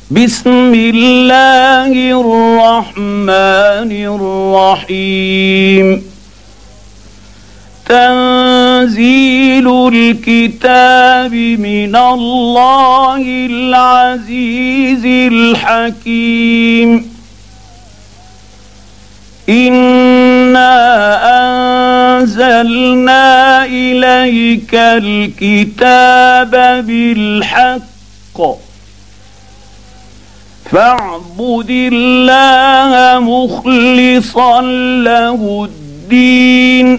بسم الله الرحمن الرحيم. تنزيل الكتاب من الله العزيز الحكيم. إنا أنزلنا إليك الكتاب بالحق فاعبد الله مخلصا له الدين.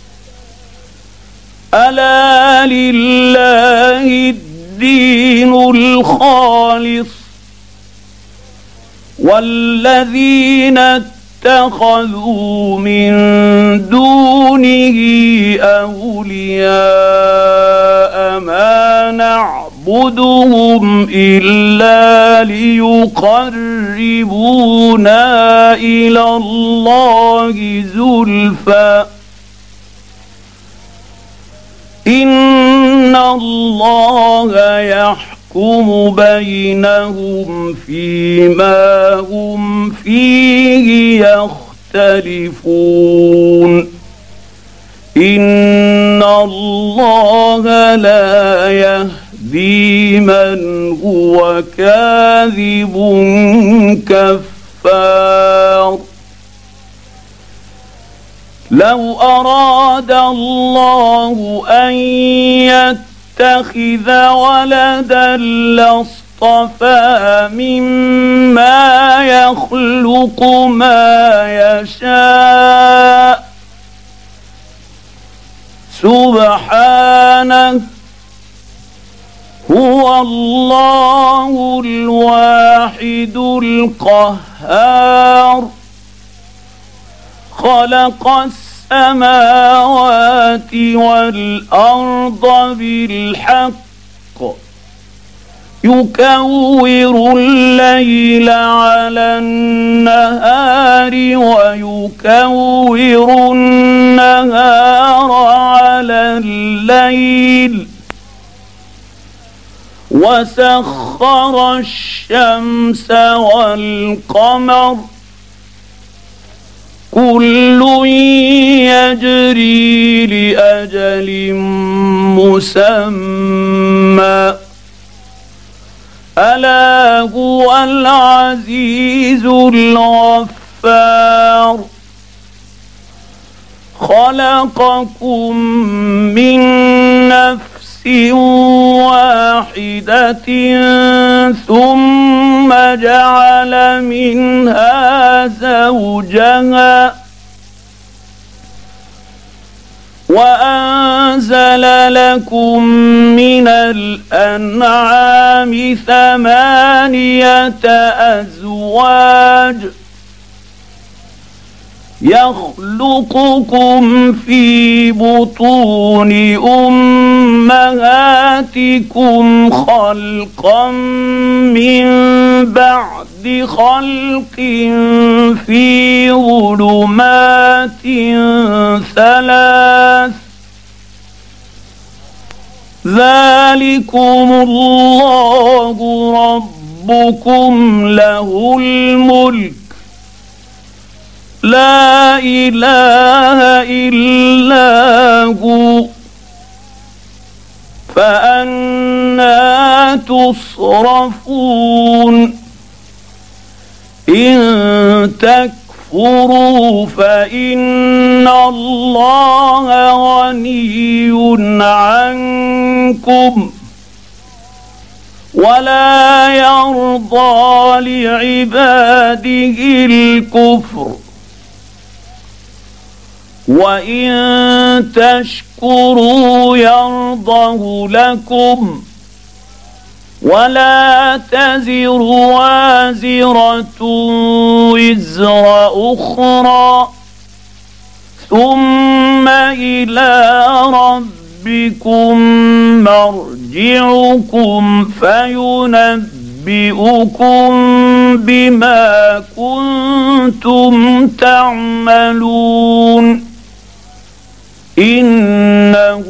ألا لله الدين الخالص والذين اتخذوا من دونه أولياء ما نعبدهم إلا ليقربونا إلى الله زلفى إن الله يحكم بينهم فيما هم فيه يختلفون. إن الله لا يهدي من هو كاذب كفار. لو أراد الله أن يتخذ ولدا لاصطفى مما يخلق ما يشاء سبحانه هو الله الواحد القهار. خلق السماوات والأرض بالحق يكور الليل على النهار ويكور النهار على الليل وسخر الشمس والقمر كل يجري لأجل مسمى ألا هو العزيز الغفار. خلقكم من نفس واحدة ثم جعل منها زوجها وأنزل لكم من الأنعام 8 أزواج يخلقكم في بطون أمهاتكم خلقا من بعد خلق في ظلمات 3 ذلكم الله ربكم له الملك لا إله إلا هو فأنى تصرفون. إن تكفروا فإن الله غني عنكم ولا يرضى لعباده الكفر وإن تشكروا يرضه لكم ولا تزر وازرة وزر أخرى ثم إلى ربكم مرجعكم فينبئكم بما كنتم تعملون إنه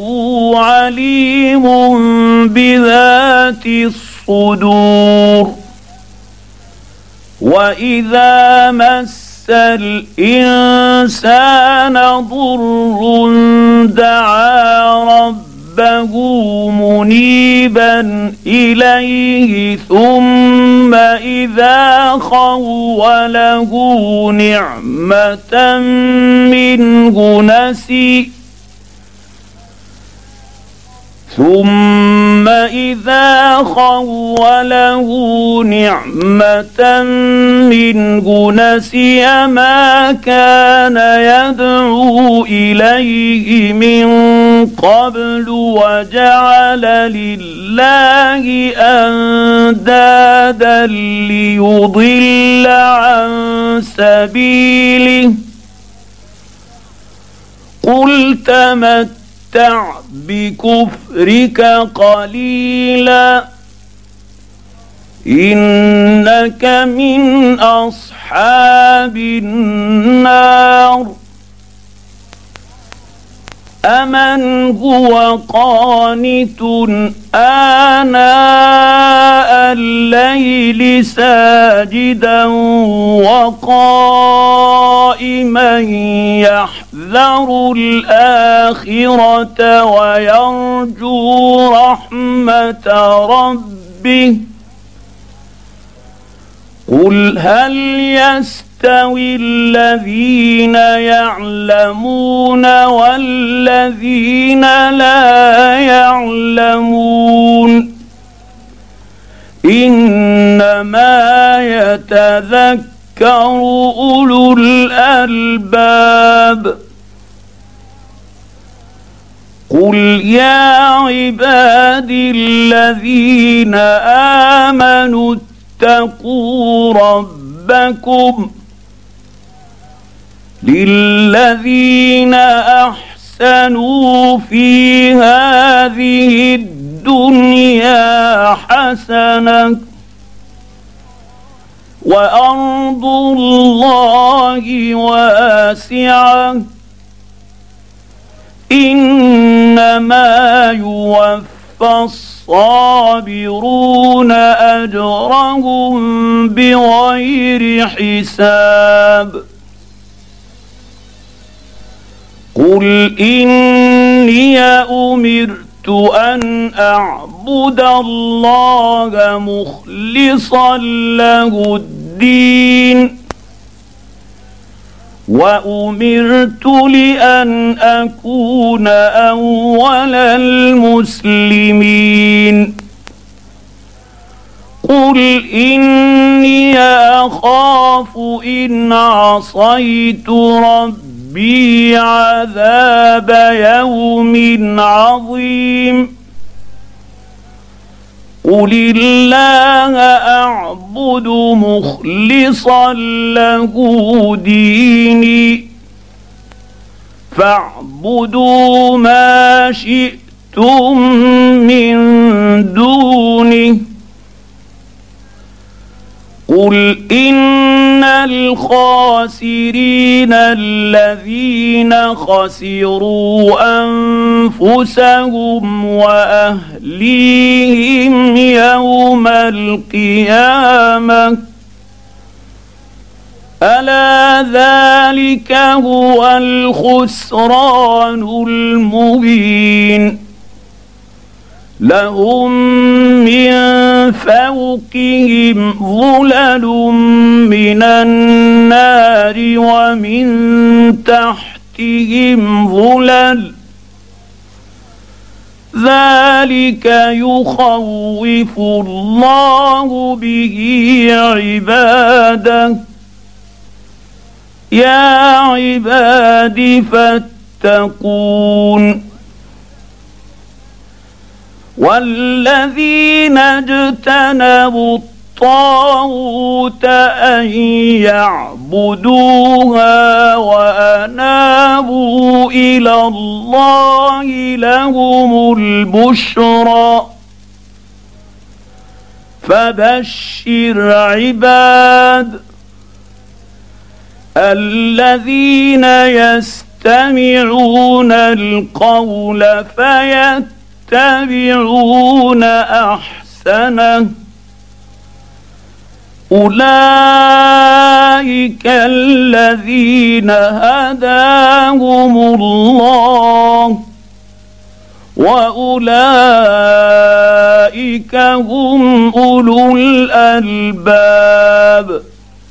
عليم بذات الصدور. وإذا مس الإنسان ضر دعا ربه منيبا إليه ثم إذا خوله نعمة منه نسي ما كان يدعو إليه من قبل وجعل لله أندادا ليضل عن سبيله قل تمتع بكفرك قليلا إنك من أصحاب النار أمن هو قانت آناء الليل ساجدا وقائما يحذر الآخرة ويرجو رحمة ربه قل هل يستوي الذين يعلمون والذين لا يعلمون إنما يتذكر أولو الألباب قل يا عبادي الذين آمنوا اتقوا ربكم للذين أحسنوا في هذه الدنيا حسنة وأرض الله واسعة إنما يوفى الصابرون أجرهم بغير حساب قل إني أمرت أن أعبد الله مخلصا له الدين وأمرت لأن أكون أول المسلمين قل إني أخاف إن عصيت ربي عذاب يوم عظيم قل الله أعبد مخلصا له ديني فاعبدوا ما شئتم من دونه قل إن الخاسرين الذين خسروا أنفسهم وأهليهم يوم القيامة ألا ذلك هو الخسران المبين لهم من فوقهم ظلل من النار ومن تحتهم ظلل ذلك يخوف الله به عباده يا عباد فاتقون والذين اجتنبوا الطاغوت أن يعبدوها وأنابوا إلى الله لهم البشرى فبشر عباد الذين يستمعون القول فيتبعون أحسنه أولئك الذين هداهم الله وأولئك هم أولو الألباب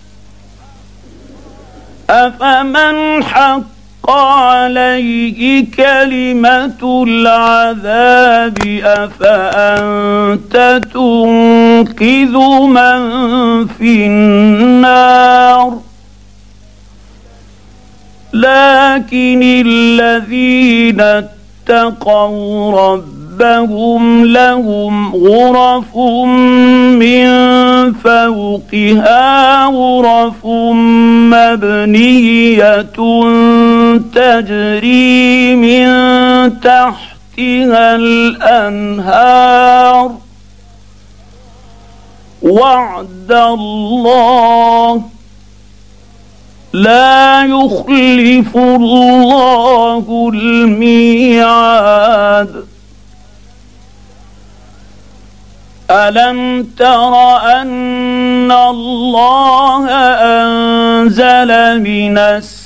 أفمن حق عليه كلمة العذاب أفأنت تنقذ من في النار لكن الذين اتقوا ربهم لهم غرف من فوقها غرف مبنية تجري من تحتها الأنهار وعد الله لا يخلف الله الميعاد ألم تر أن الله أنزل من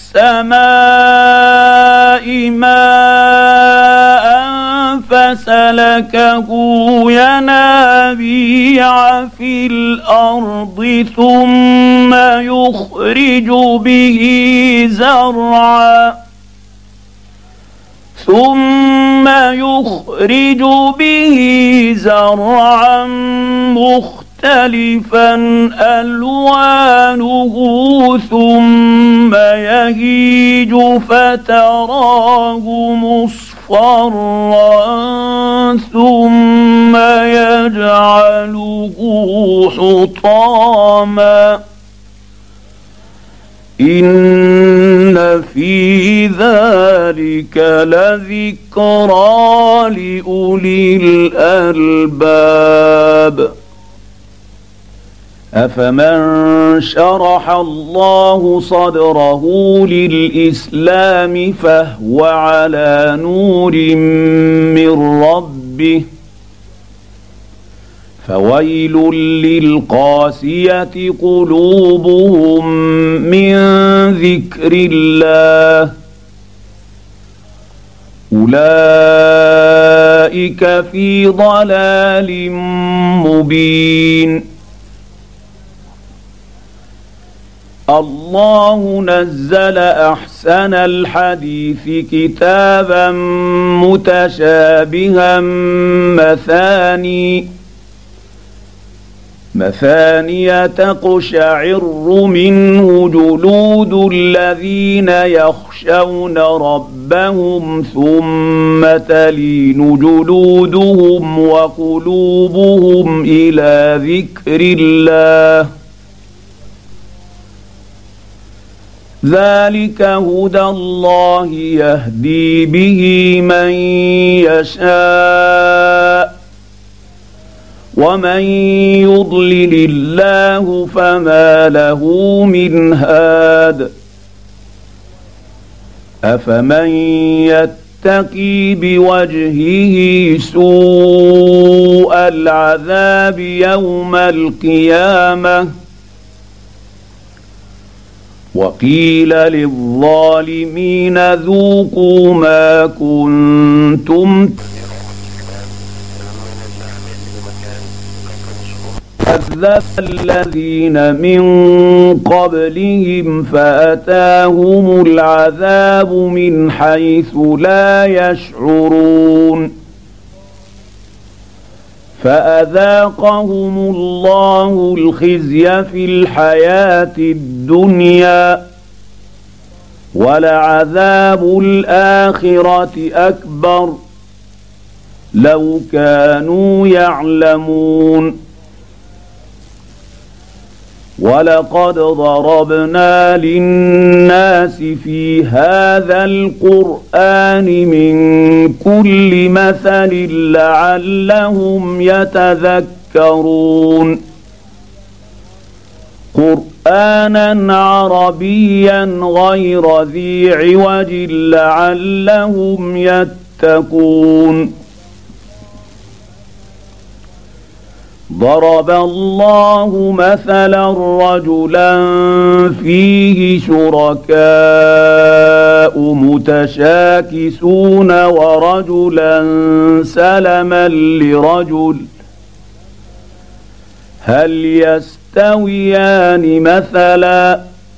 السماء ماء فسلكه ينابيع في الأرض ثم يخرج به زرعا مختلفا ألوانه ثم يهيج فتراه مصفرا ثم يجعله حطاما إن في ذلك لذكرى لأولي الألباب أفمن شرح الله صدره للإسلام فهو على نور من ربه فويل للقاسية قلوبهم من ذكر الله أولئك في ضلال مبين الله نزل أحسن الحديث كتابا متشابها مثانية تقشعر منه جلود الذين يخشون ربهم ثم تلين جلودهم وقلوبهم إلى ذكر الله ذلك هدى الله يهدي به من يشاء ومن يضلل الله فما له من هاد أفمن يتقي بوجهه سوء العذاب يوم القيامة وقيل للظالمين ذوقوا ما كنتم كذب الذين من قبلهم فأتاهم العذاب من حيث لا يشعرون فأذاقهم الله الخزي في الحياة الدنيا ولعذاب الآخرة أكبر لو كانوا يعلمون ولقد ضربنا للناس في هذا القرآن من كل مثل لعلهم يتذكرون قرآنا عربيا غير ذي عوج لعلهم يتقون ضرب الله مثلا رجلا فيه شركاء متشاكسون ورجلا سلما لرجل هل يستويان مثلا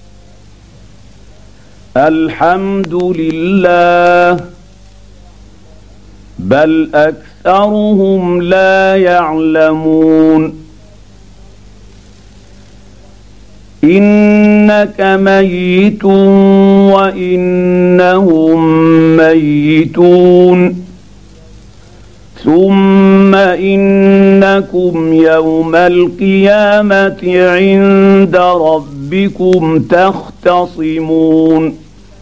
الحمد لله بل أكثرهم لا يعلمون إنك ميت وإنهم ميتون ثم إنكم يوم القيامة عند ربكم تختصمون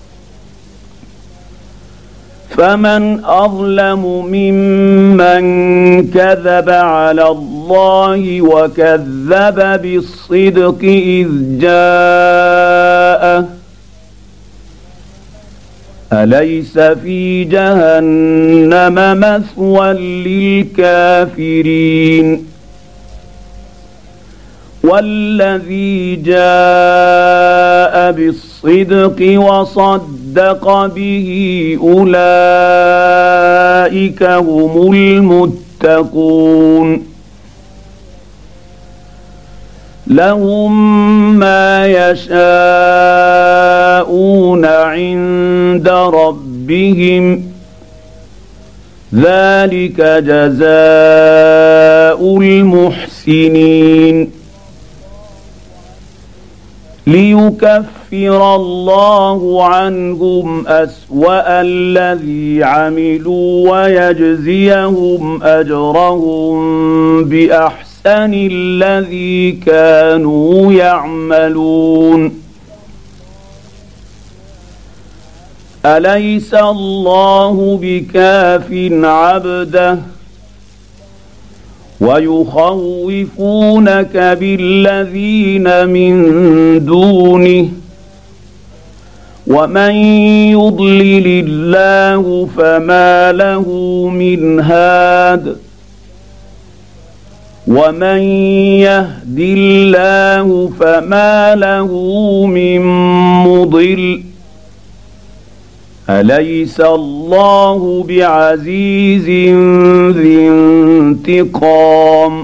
فمن أظلم ممن كذب على الله وكذب بالصدق إذ جاءه أليس في جهنم مثوى للكافرين والذي جاء بالصدق وصدق به أولئك هم المتقون لهم ما يشاءون عند ربهم ذلك جزاء المحسنين ليكفر الله عنهم أسوأ الذي عملوا ويجزيهم أجرهم بأحسن الذي كانوا يعملون أليس الله بكاف عبده ويخوفونك بالذين من دونه ومن يضلل الله فما له من هاد ومن يهد الله فما له من مضل أليس الله بعزيز ذي انتقام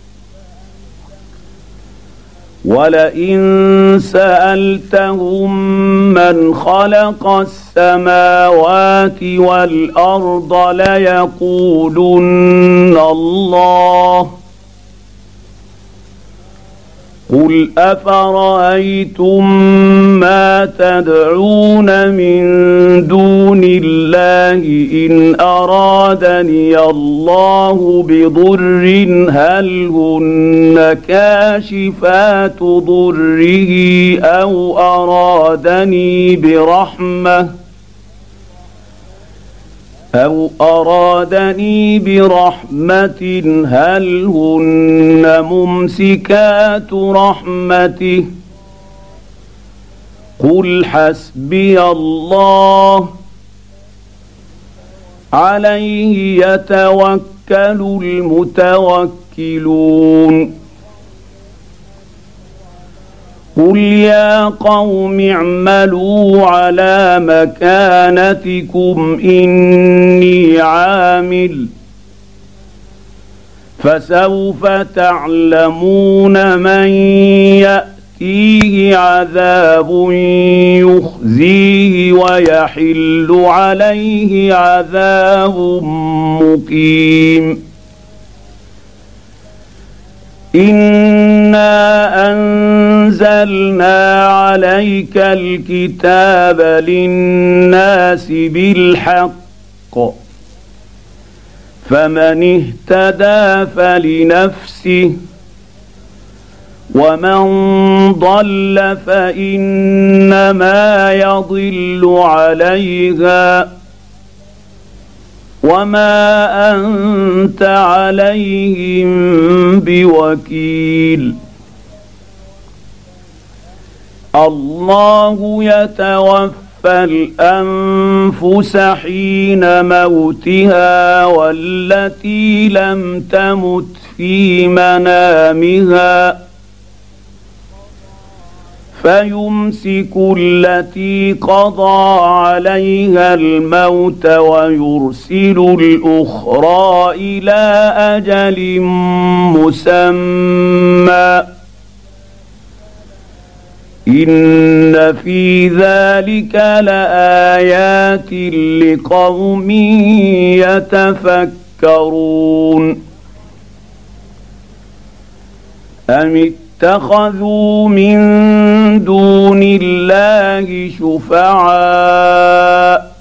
ولئن سألتهم من خلق السماوات والأرض ليقولن الله قل أفرأيتم ما تدعون من دون الله إن أرادني الله بضر هل هن كاشفات ضره أو أرادني برحمة هل هن ممسكات رحمته قل حسبي الله عليه يتوكل المتوكلون قل يا قوم اعملوا على مكانتكم إني عامل فسوف تعلمون من يأتيه عذاب يخزيه ويحل عليه عذاب مقيم إنا أنزلنا عليك الكتاب للناس بالحق فمن اهتدى فلنفسه ومن ضل فإنما يضل عليها وما أنت عليهم بوكيل الله يتوفى الأنفس حين موتها والتي لم تمت في منامها فيمسك التي قضى عليها الموت ويرسل الأخرى إلى أجل مسمى إن في ذلك لآيات لقوم يتفكرون أم اتخذوا من دون الله شفعاء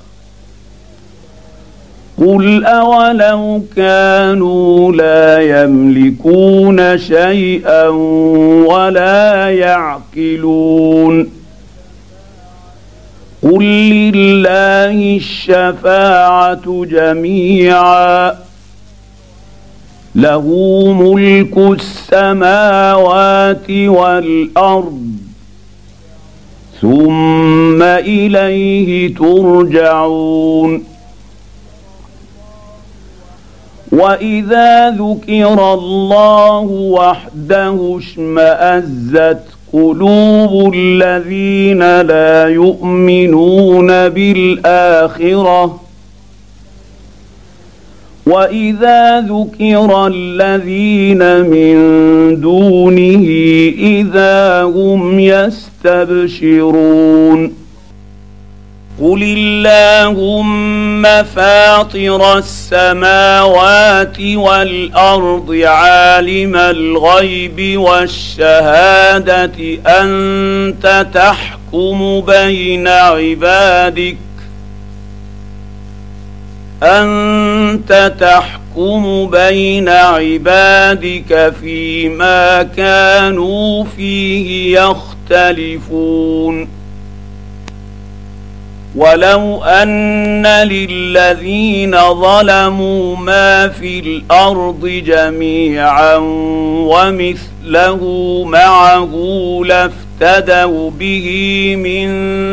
قل أولو كانوا لا يملكون شيئا ولا يعقلون قل لله الشفاعة جميعا له ملك السماوات والأرض ثم إليه ترجعون وإذا ذكر الله وحده اشمأزت قلوب الذين لا يؤمنون بالآخرة وإذا ذكر الذين من دونه إذا هم يستبشرون قل اللهم فاطر السماوات والأرض عالم الغيب والشهادة أنت تحكم بين عبادك فيما كانوا فيه يختلفون ولو أن للذين ظلموا ما في الأرض جميعا ومثله معه لافتدوا به من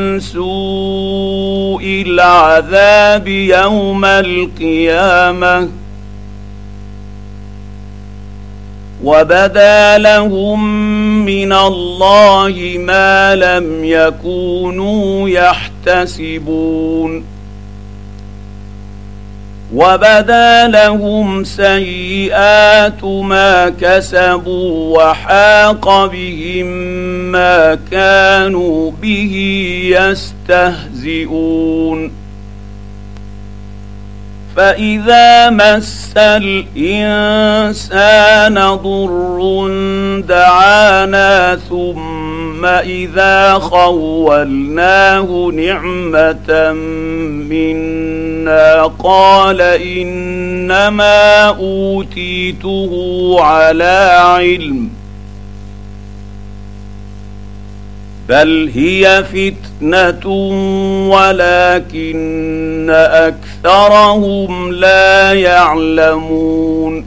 سوء العذاب يوم القيامة وبدا لهم من الله ما لم يكونوا يحتسبون وبدا لهم سيئات ما كسبوا وحاق بهم ما كانوا به يستهزئون فإذا مس الإنسان ضر دعانا ثم إذا خولناه نعمة منا قال إنما أوتيته على علم بل هي فتنة ولكن أكثرهم لا يعلمون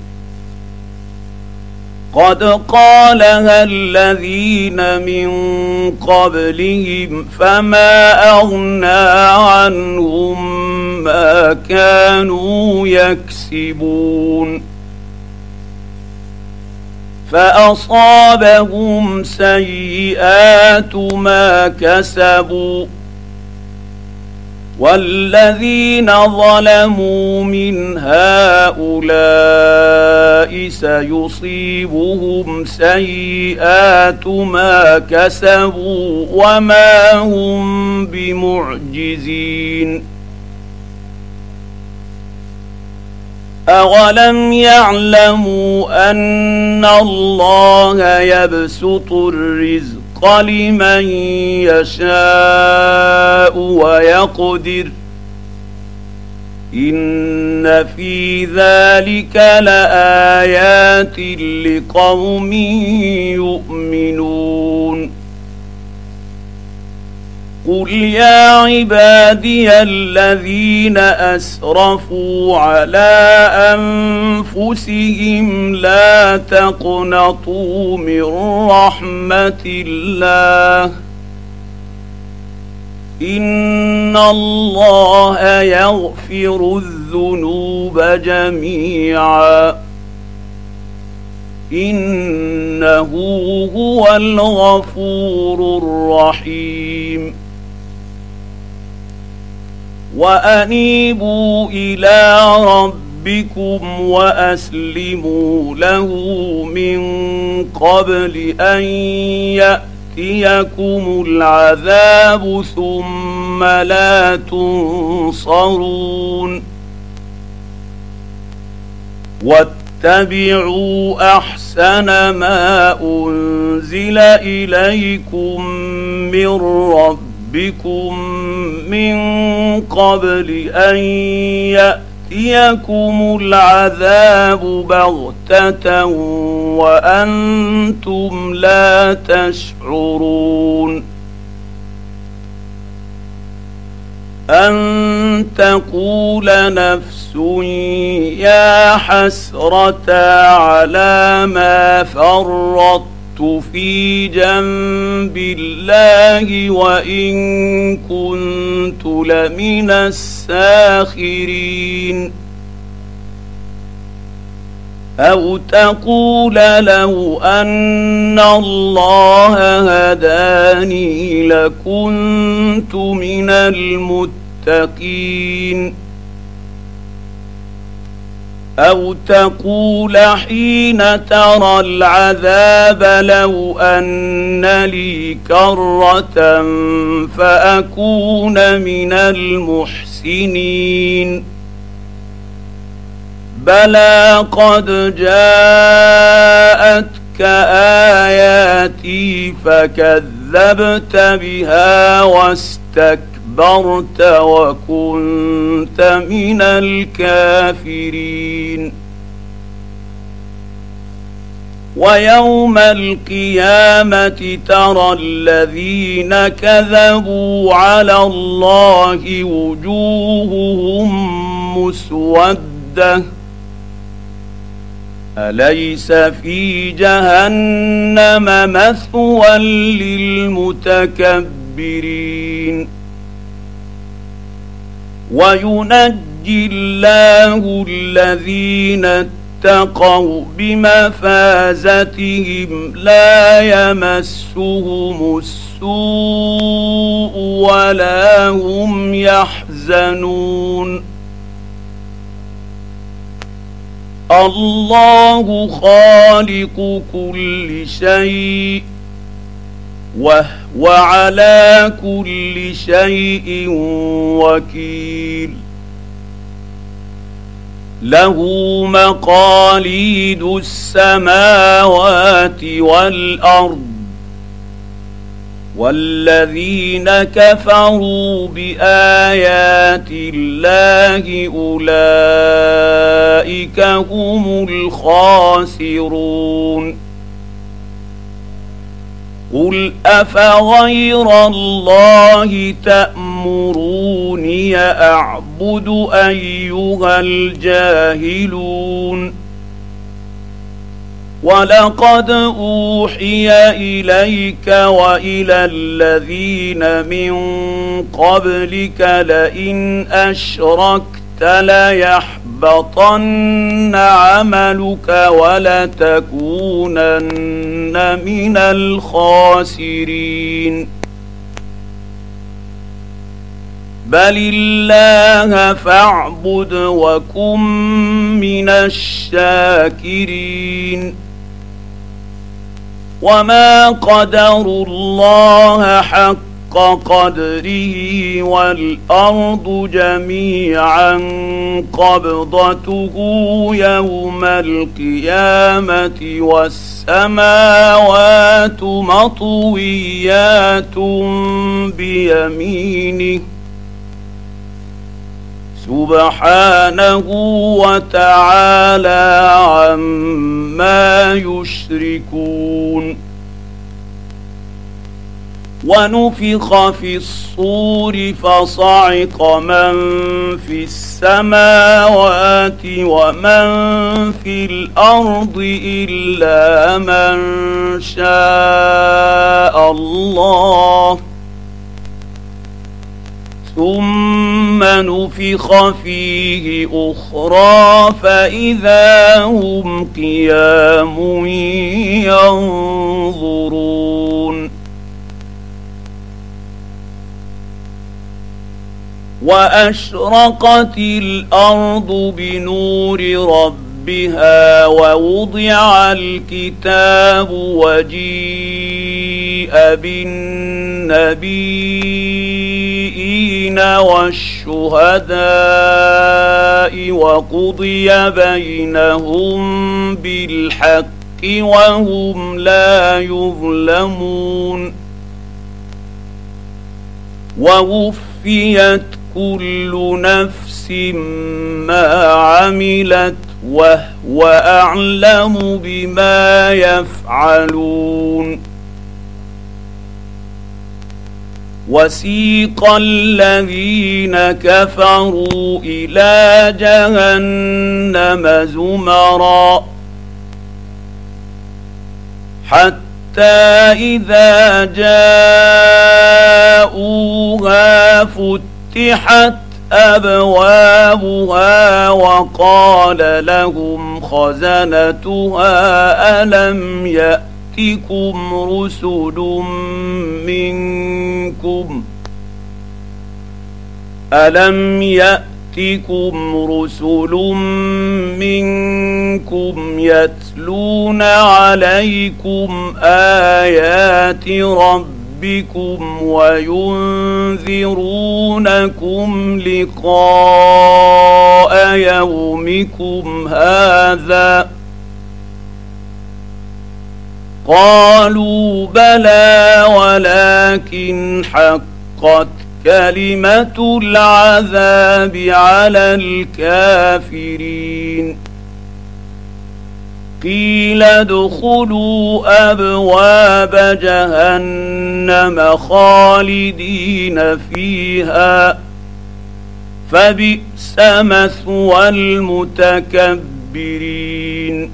قد قالها الذين من قبلهم فما أغنى عنهم ما كانوا يكسبون فأصابهم سيئات ما كسبوا والذين ظلموا من هؤلاء سيصيبهم سيئات ما كسبوا وما هم بمعجزين أولم يعلموا أن الله يبسط الرزق لمن يشاء ويقدر إن في ذلك لآيات لقوم يؤمنون قل يا عبادي الذين أسرفوا على أنفسهم لا تقنطوا من رحمة الله إن الله يغفر الذنوب جميعا إنه هو الغفور الرحيم وأنيبوا إلى ربكم وأسلموا له من قبل أن يأتيكم العذاب ثم لا تنصرون واتبعوا أحسن ما أنزل إليكم من ربكم من قبل أن يأتيكم العذاب بغتة وأنتم لا تشعرون أن تقول نفس يا حسرة على ما فرطت في جنب الله وإن كنت لمن الساخرين أو تقول لو أن الله هداني لكنت من المتقين أو تقول حين ترى العذاب لو أن لي كرة فأكون من المحسنين بلى قد جاءتك آياتي فكذبت بها واستكبرت وكنت من الكافرين ويوم القيامة ترى الذين كذبوا على الله وجوههم مسودة أليس في جهنم مثوى للمتكبرين وينجي الله الذين اتقوا بمفازتهم لا يمسهم السوء ولا هم يحزنون الله خالق كل شيء وهو على كل شيء وكيل له مقاليد السماوات والأرض والذين كفروا بآيات الله أولئك هم الخاسرون قل أفغير الله تأمروني أعبد أيها الجاهلون ولقد أوحي إليك وإلى الذين من قبلك لئن أشركت ليحبطن عملك ولتكونن من الخاسرين بل الله فاعبد وكن من الشاكرين وما قدروا الله حق قدره والأرض جميعا قبضته يوم القيامة والسماوات مطويات بيمينه سبحانه وتعالى عما يشركون ونفخ في الصور فصعق من في السماوات ومن في الأرض إلا من شاء الله ثم فنفخ فيه أخرى فإذا هم قيام ينظرون وأشرقت الأرض بنور ربها ووضع الكتاب وجيء بالنبيين والشهداء وقضي بينهم بالحق وهم لا يظلمون ووفيت كل نفس ما عملت وهو أعلم بما يفعلون وسيق الذين كفروا إلى جهنم زمرا حتى إذا جاءوها فتحت أبوابها وقال لهم خزنتها ألم يأتكم رسل منكم يتلون عليكم آيات ربكم وينذرونكم لقاء يومكم هذا قالوا بلى ولكن حقت كلمة العذاب على الكافرين قيل ادخلوا أبواب جهنم خالدين فيها فبئس مثوى المتكبرين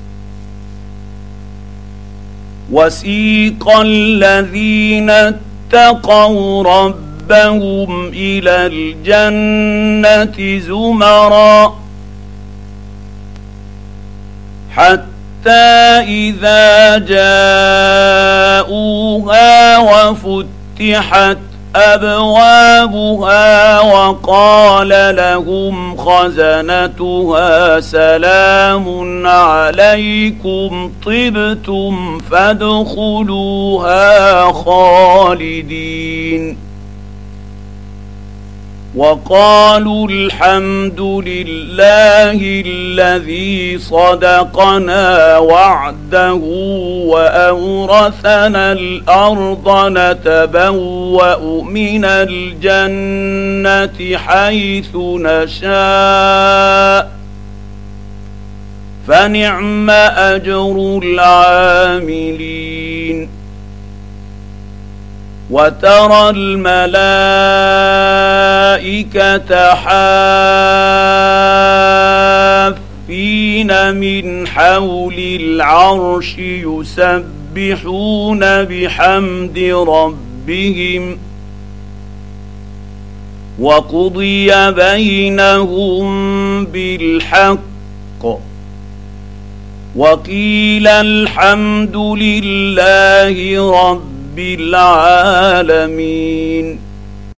وسيق الذين اتقوا ربهم إلى الجنة زمرا حتى إذا جاءوها وفتحت أبوابها وقال لهم خزنتها سلام عليكم طبتم فادخلوها خالدين وقالوا الحمد لله الذي صدقنا وعده وأورثنا الأرض نتبوأ من الجنة حيث نشاء فنعم أجر العاملين وترى الملائكة حافين من حول العرش يسبحون بحمد ربهم وقضي بينهم بالحق وقيل الحمد لله رب العالمين.